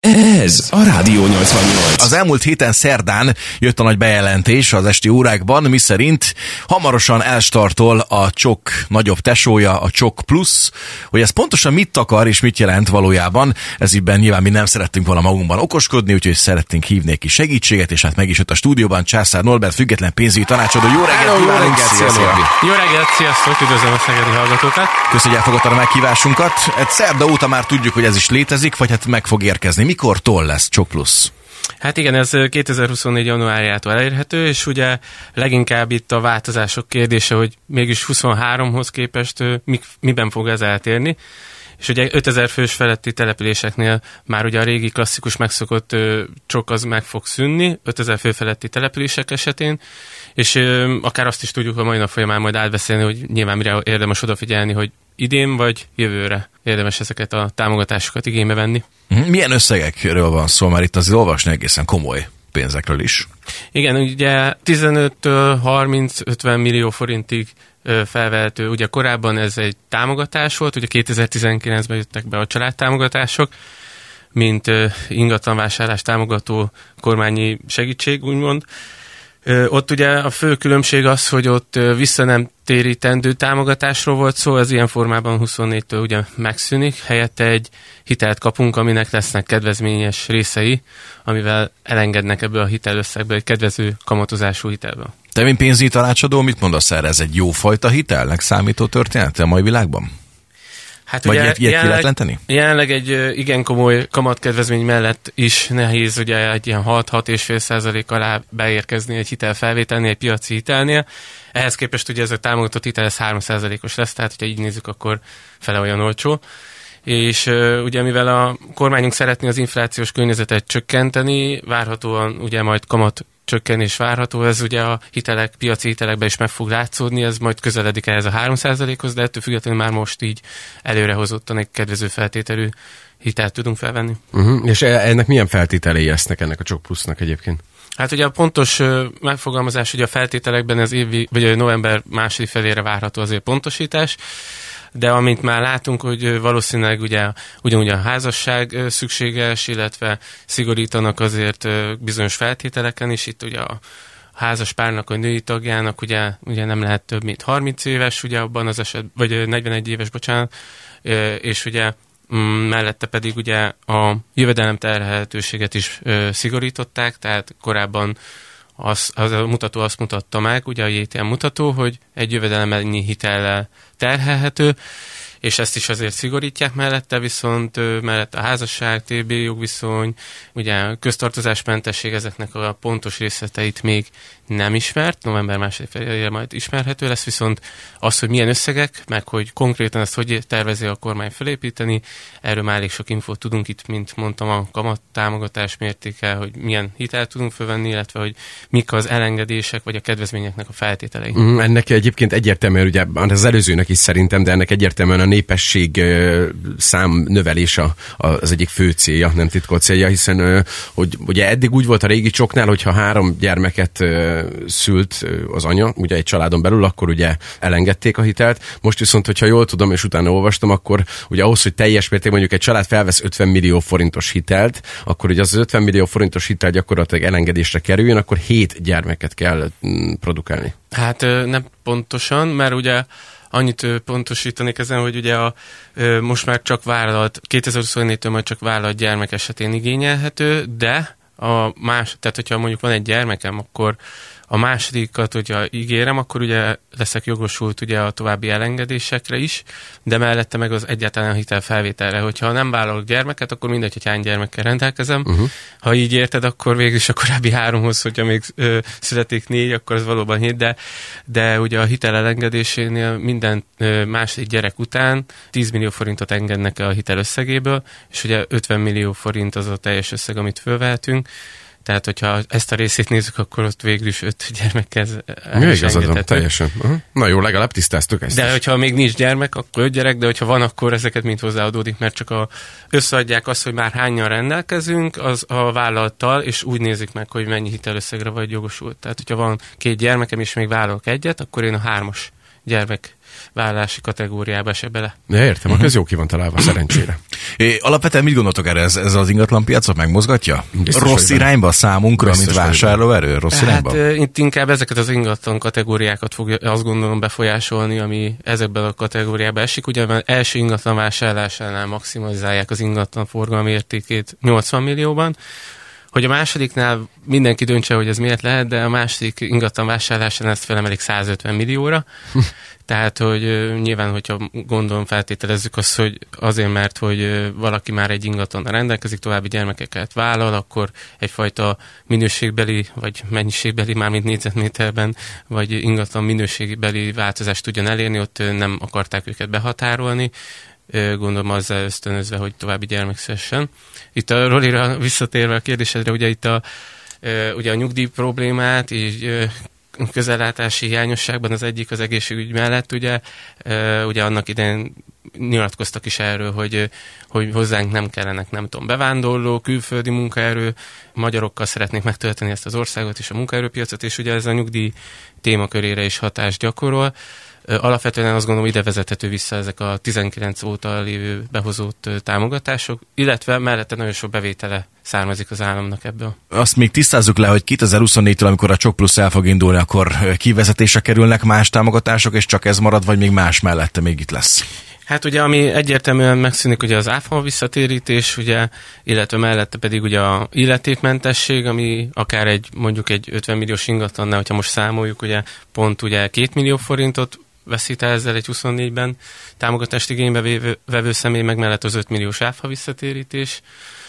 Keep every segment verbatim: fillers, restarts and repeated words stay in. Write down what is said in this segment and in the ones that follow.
Ez a Rádió nyolcvannyolc. Az elmúlt héten szerdán jött a nagy bejelentés az esti órákban, miszerint hamarosan elstartol a Csok nagyobb tesója, a Csok Plusz. Hogy ez pontosan mit akar és mit jelent valójában, ez ígyben nyilván mi nem szerettünk volna magunkban okoskodni, úgyhogy szeretnénk hívni ki segítséget, és hát meg is jött a stúdióban Császár Norbert, független pénzügyi tanácsadó. Jó reggelt kívánunk! Jó reggelt, sziasztok, üdvözlöm a szegedi hallgatókat! Köszönjük, hogy elfogadtad a meghívásunkat. Egy szerda óta már tudjuk, hogy ez is létezik, vagy hát meg fog érkezni. Mikortól lesz Csok Plusz? Hát igen, ez kétezer-huszonnégy januárjától elérhető, és ugye leginkább itt a változások kérdése, hogy mégis huszonháromhoz képest mi, miben fog ez eltérni. És ugye ötezer fős feletti településeknél már ugye a régi klasszikus megszokott ö, csok az meg fog szűnni, ötezer fő feletti települések esetén, és ö, akár azt is tudjuk a mai nap folyamán majd átbeszélni, hogy nyilván mire érdemes odafigyelni, hogy idén vagy jövőre érdemes ezeket a támogatásokat igénybe venni. Milyen összegekről van szó? Már itt azért olvasni egészen komoly pénzekről is. Igen, ugye tizenöttől harminc-ötven millió forintig felvehető. Ugye korábban ez egy támogatás volt, ugye kétezer-tizenkilencben jöttek be a családtámogatások, mint ingatlanvásárlás támogató kormányi segítség, úgymond. Ott ugye a fő különbség az, hogy ott vissza nem térítendő támogatásról volt szó, ez ilyen formában huszonnégytől ugye megszűnik, helyette egy hitelt kapunk, aminek lesznek kedvezményes részei, amivel elengednek ebből a hitelösszegből egy kedvező kamatozású hitelből. Te, mint pénzügyi tanácsadó, mit mondasz erre? Ez egy jófajta hitelnek számító történet a mai világban? Hát vagy ugye ilyet, ilyet ki lehet lenteni? Jelenleg egy igen komoly kamatkedvezmény mellett is nehéz ugye egy ilyen hat-hat egész öt százalék alá beérkezni egy hitelfelvételnél, egy piaci hitelnél. Ehhez képest ugye ez a támogatott hitel ez három százalékos lesz, tehát hogyha így nézzük, akkor fele olyan olcsó. És uh, ugye mivel a kormányunk szeretné az inflációs környezetet csökkenteni, várhatóan ugye majd kamat csökkenés várható, ez ugye a hitelek, piaci hitelekben is meg fog látszódni, ez majd közeledik ehhez a három százalékhoz, de ettől függetlenül már most így előrehozottan egy kedvező feltételű hitelt tudunk felvenni. Uh-huh. És ennek milyen feltételei lesznek ennek a Csok Plusznak egyébként? Hát ugye a pontos uh, megfogalmazás, hogy a feltételekben az évi, vagy a november második felére várható azért pontosítás, de amint már látunk, hogy valószínűleg ugye ugyanúgy a házasság szükséges, illetve szigorítanak azért bizonyos feltételeken is, itt ugye a házas párnak, a női tagjának ugye, ugye nem lehet több, mint harminc éves, ugye abban az eset, vagy negyvenegy éves, bocsánat, és ugye mellette pedig ugye a jövedelem terhelhetőséget is szigorították, tehát korábban Az, az a mutató azt mutatta meg, ugye a jé té em mutató, hogy egy jövedelemennyi hitellel terhelhető, és ezt is azért szigorítják mellette, viszont mellett a házasság, té bé jogviszony, ugye köztartozásmentesség, ezeknek a pontos részleteit még nem ismert, november második felére majd ismerhető lesz, viszont az, hogy milyen összegek, meg hogy konkrétan ezt hogy tervezi a kormány felépíteni, erről már elég sok infót tudunk itt, mint mondtam, a kamat támogatás mértéke, hogy milyen hitelt tudunk fölvenni, illetve hogy mik az elengedések, vagy a kedvezményeknek a feltételei. Mm, ennek egyébként egyértelműen, ugye az előzőnek is szerintem, de ennek egyértelműen a népesség szám növelés az egyik fő célja, nem titkolt célja, hiszen hogy ugye eddig úgy volt a régi Csoknál, hogyha három gyermeket szült az anya, ugye egy családon belül, akkor ugye elengedték a hitelt. Most viszont, hogyha jól tudom, és utána olvastam, akkor ugye ahhoz, hogy teljes mértékben mondjuk egy család felvesz ötven millió forintos hitelt, akkor ugye az ötven millió forintos hitel gyakorlatilag elengedésre kerüljön, akkor hét gyermeket kell produkálni. Hát nem pontosan, mert ugye annyit pontosítanék ezen, hogy ugye a, most már csak vállalat, kétezer-huszonnégytől majd csak vállalat gyermek esetén igényelhető, de a más, tehát hogyha mondjuk van egy gyermekem, akkor a másodikat, hogyha ígérem, akkor ugye leszek jogosult ugye a további elengedésekre is, de mellette meg az egyáltalán a hitel felvételre. Hogyha nem vállalok gyermeket, akkor mindegy, hogy hány gyermekkel rendelkezem. Uh-huh. Ha így érted, akkor végül is a korábbi háromhoz, hogyha még ö, születik négy, akkor az valóban hét, de, de ugye a hitel elengedésénél minden ö, második gyerek után tíz millió forintot engednek a hitel összegéből, és ugye ötven millió forint az a teljes összeg, amit fölvehetünk. Tehát, hogyha ezt a részét nézzük, akkor ott végül is öt gyermekkel el is engedhető. Teljesen. Uh-huh. Na jó, legalább tisztáztuk ezt. De is. Hogyha még nincs gyermek, akkor öt gyerek, de hogyha van, akkor ezeket mind hozzáadódik, mert csak a, összeadják azt, hogy már hányan rendelkezünk az a vállalattal, és úgy nézik meg, hogy mennyi hitelösszegre vagy jogosult. Tehát, hogyha van két gyermekem, és még vállalok egyet, akkor én a hármas gyermekvállalási kategóriába se bele. Ja, értem, akkor ez jó ki van találva, szerencsére. É, alapvetően mit gondoltok erre? Ez, ez az ingatlanpiacot megmozgatja? Biztos, Rossz irányba számunkra, mint vásárlóerő? Rossz irányba? Hát itt inkább ezeket az ingatlan kategóriákat fogja azt gondolom befolyásolni, ami ezekben a kategóriába esik. Ugye mert első ingatlan vásárlásánál maximalizálják az ingatlan forgalmi értékét nyolcvan millióban, hogy a másodiknál mindenki döntse, hogy ez miért lehet, de a második ingatlan vásárlásánál ezt felemelik százötven millióra. Tehát, hogy uh, nyilván, hogyha gondolom feltételezzük azt, hogy azért, mert hogy uh, valaki már egy ingatlannal rendelkezik, további gyermekeket vállal, akkor egyfajta minőségbeli, vagy mennyiségbeli, mármint négyzetméterben, vagy ingatlan minőségbeli változást tudjon elérni, ott uh, nem akarták őket behatárolni, uh, gondolom azzal ösztönözve, hogy további gyermek szülessen. Itt a Rolira visszatérve a kérdésedre, ugye itt a, uh, ugye a nyugdíj problémát, így uh, közellátási hiányosságban az egyik az egészségügy mellett, ugye, e, ugye annak idején nyilatkoztak is erről, hogy, hogy hozzánk nem kellenek, nem tudom, bevándorló, külföldi munkaerő, magyarokkal szeretnék megtölteni ezt az országot és a munkaerőpiacot, és ugye ez a nyugdíj témakörére is hatást gyakorol. Alapvetően azt gondolom, ide vezethető vissza ezek a tizenkilenc óta lévő behozott támogatások, illetve mellette nagyon sok bevétele származik az államnak ebből. Azt még tisztázzuk le, hogy kétezer-huszonnégytől, amikor a Csok Plusz el fog indulni, akkor kivezetésre kerülnek más támogatások, és csak ez marad, vagy még más mellette még itt lesz? Hát ugye, ami egyértelműen megszűnik, ugye az áfa visszatérítés, ugye, illetve mellette pedig ugye a illetékmentesség, ami akár egy, mondjuk egy ötven milliós ingatlannál, hogyha most számoljuk, ugye pont ugye két millió forintot veszít el ezzel egy huszonnégyben támogatást igénybe vevő személy, meg mellett az öt milliós áfa visszatérítés,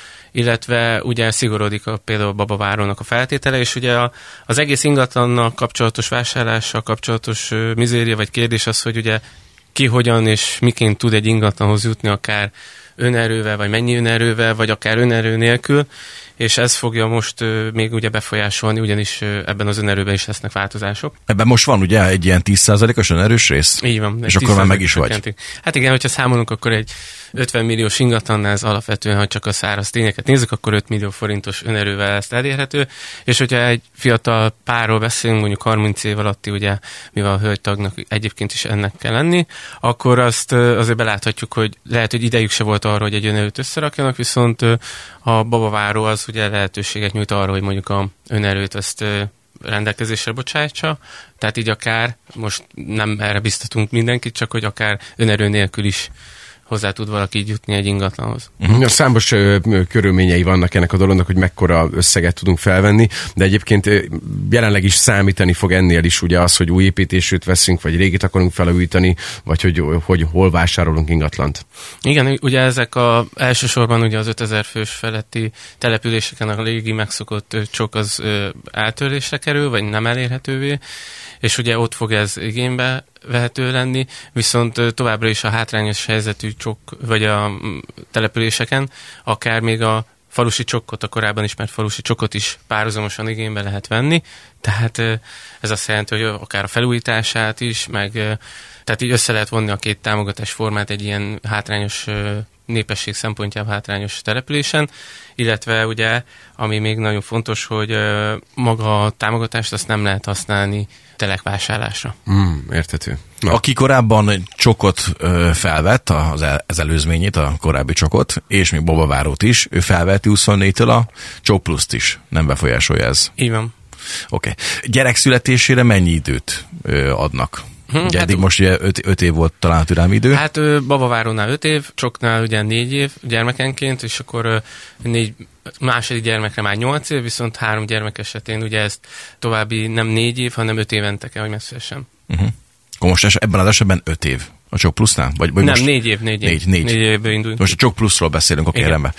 illetve ugye szigorodik a, például a babavárónak a feltétele, és ugye a, az egész ingatlannal kapcsolatos vásárlással kapcsolatos uh, mizéria vagy kérdés az, hogy ugye ki hogyan és miként tud egy ingatlanhoz jutni, akár önerővel, vagy mennyi önerővel, vagy akár önerő nélkül, és ez fogja most uh, még ugye befolyásolni, ugyanis uh, ebben az önerőben is lesznek változások. Ebben most van ugye egy ilyen tíz százalékos önerős rész? Így van. És akkor már meg is vagy. Hát igen, hogyha számolunk, akkor egy ötven milliós ingatlannál ez alapvetően, ha csak a száraz tényeket nézzük, akkor öt millió forintos önerővel ezt elérhető, és hogyha egy fiatal párról beszélünk, mondjuk harminc év alatti, ugye, mivel a hölgytagnak egyébként is ennek kell lenni, akkor azt azért beláthatjuk, hogy lehet, hogy idejük se volt arra, hogy egy önerőt összerakjanak, viszont a babaváró az ugye lehetőséget nyújt arra, hogy mondjuk a önerőt azt rendelkezésre bocsájtsa, tehát így akár, most nem erre biztatunk mindenkit, csak hogy akár önerő nélkül is hozzá tud valaki így jutni egy ingatlanhoz. Uh-huh. Számos ö, körülményei vannak ennek a dolognak, hogy mekkora összeget tudunk felvenni, de egyébként ö, jelenleg is számítani fog ennél is ugye az, hogy új építésűt veszünk, vagy régit akarunk felújítani, vagy hogy, hogy hol vásárolunk ingatlant. Igen, ugye ezek a, elsősorban ugye az ötezer fős feletti településeken a régi megszokott ö, csok az ö, eltörlésre kerül, vagy nem elérhetővé, és ugye ott fog ez igénybe vehető lenni, viszont továbbra is a hátrányos helyzetű csok, vagy a településeken, akár még a falusi csokkot, a korábban ismert falusi csokot is párhuzamosan igénybe lehet venni, tehát ez azt jelenti, hogy akár a felújítását is, meg tehát így össze lehet vonni a két támogatás formát egy ilyen hátrányos népesség szempontjából hátrányos településen, illetve ugye, ami még nagyon fontos, hogy maga a támogatást azt nem lehet használni telekvásárlásra. Mm, érthető. Na. Aki korábban csokot ö, felvett, az, el, az előzményét, a korábbi csokot, és még babavárót is, ő felveti huszonnégytől a Csok Pluszt is. Nem befolyásolja ez. Így van. Oké. Okay. Gyerek születésére mennyi időt ö, adnak? Hm, ugye hát, eddig most ugye öt év volt talán a türelmi idő. Hát ö, babavárónál öt év, csoknál ugye négy év gyermekenként, és akkor ö, négy második gyermekre már nyolc év, viszont három gyermek esetén ugye ezt további nem négy év, hanem öt évente kell, hogy megszülessen. Uh-huh. Akkor most ebben az esetben öt év. A Csok Plusznál? Vagy, vagy nem, most négy év, négy év. Négy, négy. négy évből indulunk. Most a Csok Pluszról beszélünk, oké, okay, rendben.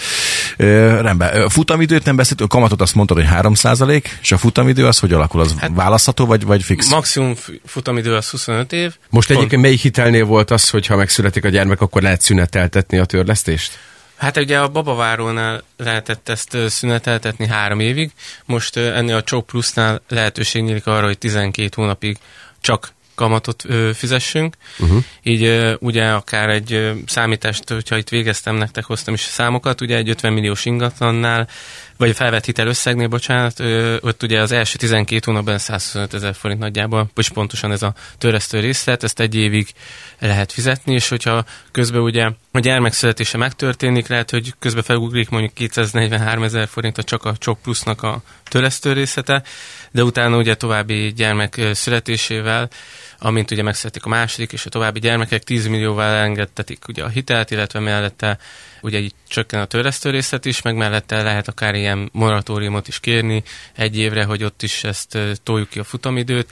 Ö, rendben. A futamidőt nem beszéltünk, a kamatot azt mondtad, hogy három százalék, és a futamidő az hogy alakul? Az hát választható, vagy, vagy fix? Maximum futamidő az huszonöt év. Most Pont. Egyébként melyik hitelnél volt az, hogy ha megszületik a gyermek, akkor lehet szüneteltetni a törlesztést? Hát ugye a babavárónál lehetett ezt szüneteltetni három évig, most ennél a Csok Plusznál lehetőség nyílik arra, hogy tizenkét hónapig csak kamatot ö, fizessünk. Uh-huh. Így ö, ugye akár egy ö, számítást, hogyha itt végeztem, nektek hoztam is számokat, ugye egy ötven milliós ingatlannál, vagy a felvett hitel összegnél, bocsánat, ö, ott ugye az első tizenkét hónapban százhuszonöt ezer forint nagyjából, és pontosan ez a törlesztő részlet, ezt egy évig lehet fizetni, és hogyha közben ugye a gyermek születése megtörténik, lehet, hogy közben felugrik mondjuk kétszáznegyvenhárom ezer forint csak a Csok Plusznak a törlesztő részlete, de utána ugye további gyermek születésével, amint ugye megszületik a második, és a további gyermekek tíz millióval elengedtetik ugye a hitelt, illetve mellette ugye így csökken a törlesztő részlet is, meg mellette lehet akár ilyen moratóriumot is kérni egy évre, hogy ott is ezt toljuk ki a futamidőt,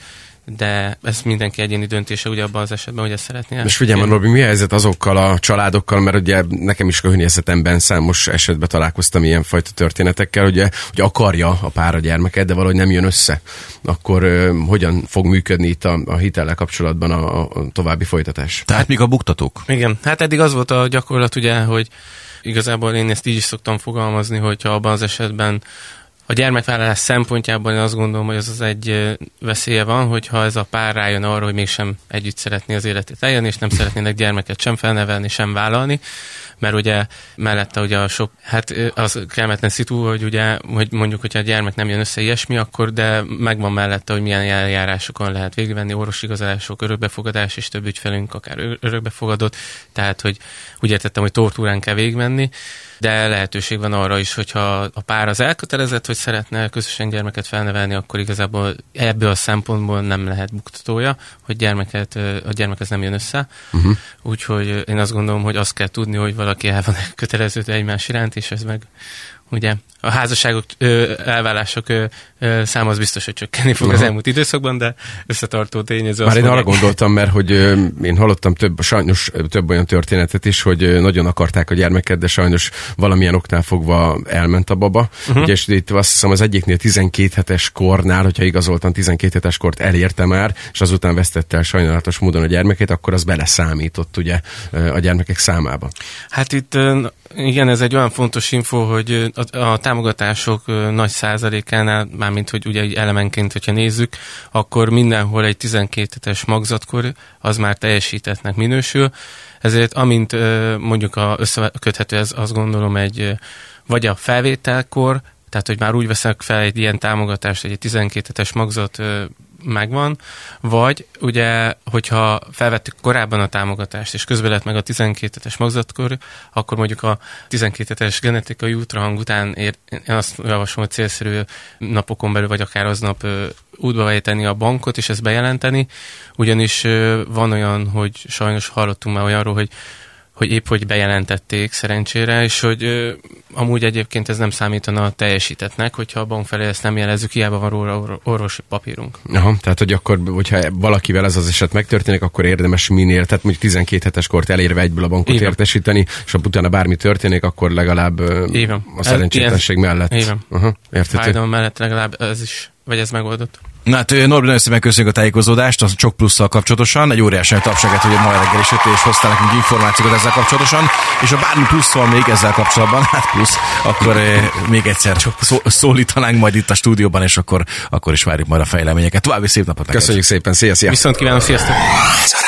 de ez mindenki egyéni döntése ugye abban az esetben, hogy ezt szeretné. És figyelj már, Robi, mi a helyzet azokkal a családokkal, mert ugye nekem is környezetemben számos esetben találkoztam ilyenfajta történetekkel, ugye, hogy akarja a pár a gyermeket, de valahogy nem jön össze. Akkor uh, hogyan fog működni itt a, a hitellel kapcsolatban a, a további folytatás? Tehát még a buktatók? Igen, hát eddig az volt a gyakorlat ugye, hogy igazából én ezt így is szoktam fogalmazni, hogyha abban az esetben a gyermekvállalás szempontjából én azt gondolom, hogy az az egy veszélye van, hogyha ez a pár rájön arra, hogy mégsem együtt szeretné az életét eljönni, és nem szeretnének gyermeket sem felnevelni, sem vállalni, mert ugye mellette ugye a sok, hát az kellemetlen szitu, hogy ugye, hogy mondjuk, hogyha a gyermek nem jön össze ilyesmi, akkor de megvan mellette, hogy milyen eljárásokon lehet végigvenni, orvosigazolások, örökbefogadás, és több ügyfelünk akár örökbefogadott, tehát, hogy úgy értettem, hogy tortúrán kell végigmenni, de lehetőség van arra is, hogyha a pár az elkötelezett, hogy szeretne közösen gyermeket felnevelni, akkor igazából ebből a szempontból nem lehet buktatója, hogy gyermeket, a gyermek ez nem jön össze. Uh-huh. Úgyhogy én azt gondolom, hogy azt kell tudni, hogy valaki el van köteleződve egymás iránt, és ez meg ugye a házasságok, ö, elvállások ö, ö, száma az biztos, hogy csökkenni fog uh-huh. az elmúlt időszakban, de összetartó tényező. Már én arra gondoltam, mert hogy ö, én hallottam több, sajnos több olyan történetet is, hogy ö, nagyon akarták a gyermeket, de sajnos valamilyen oknál fogva elment a baba. Uh-huh. Ugye, és itt azt hiszem az egyiknél tizenkét hetes kornál, hogyha igazoltan tizenkét hetes kort elérte már, és azután vesztette el sajnálatos módon a gyermekét, akkor az beleszámított ugye a gyermekek számába. Hát itt igen, ez egy olyan fontos info, hogy a, a támogatások nagy százalékánál, mármint, hogy ugye egy elemenként, hogyha nézzük, akkor mindenhol egy tizenkét hetes magzatkor az már teljesítettnek minősül. Ezért amint mondjuk a összeköthető, ez azt gondolom egy vagy a felvételkor, tehát hogy már úgy veszek fel egy ilyen támogatást, hogy egy tizenkét hetes magzat megvan, vagy ugye, hogyha felvettük korábban a támogatást, és közben lett meg a tizenkét hetes magzatkor, akkor mondjuk a tizenkét hetes genetikai ultrahang után ér, én azt javaslom, hogy célszerű napokon belül, vagy akár aznap útba ejteni a bankot, és ezt bejelenteni, ugyanis van olyan, hogy sajnos hallottunk már olyanról, hogy hogy épp hogy bejelentették szerencsére, és hogy ö, amúgy egyébként ez nem számítana a teljesítettnek, hogyha a bank felé ezt nem jelezzük, hiába van róla orvosi papírunk. Aha, tehát hogy akkor, hogyha valakivel ez az eset megtörténik, akkor érdemes minél, tehát mondjuk tizenkét hetes kort elérve egyből a bankot Igen. értesíteni, és ha utána bármi történik, akkor legalább Igen. a szerencsétlenség mellett. Igen. Aha, érthető. Fájdalom mellett legalább ez is, vagy ez megoldott. Na hát Norbi, nagyon szépen köszönjük a tájékozódást a Csok Plusszal kapcsolatosan. Egy óriási nagy tapsegett, hogy ma reggel is jöttél, és hoztál nekünk információkat ezzel kapcsolatosan. És ha bármi plusz van még ezzel kapcsolatban, hát plusz, akkor eh, még egyszer szó, szólítanánk majd itt a stúdióban, és akkor, akkor is várjuk majd a fejleményeket. További szép napot neked. Köszönjük szépen, szia, szia! Viszont kívánok, sziasztok!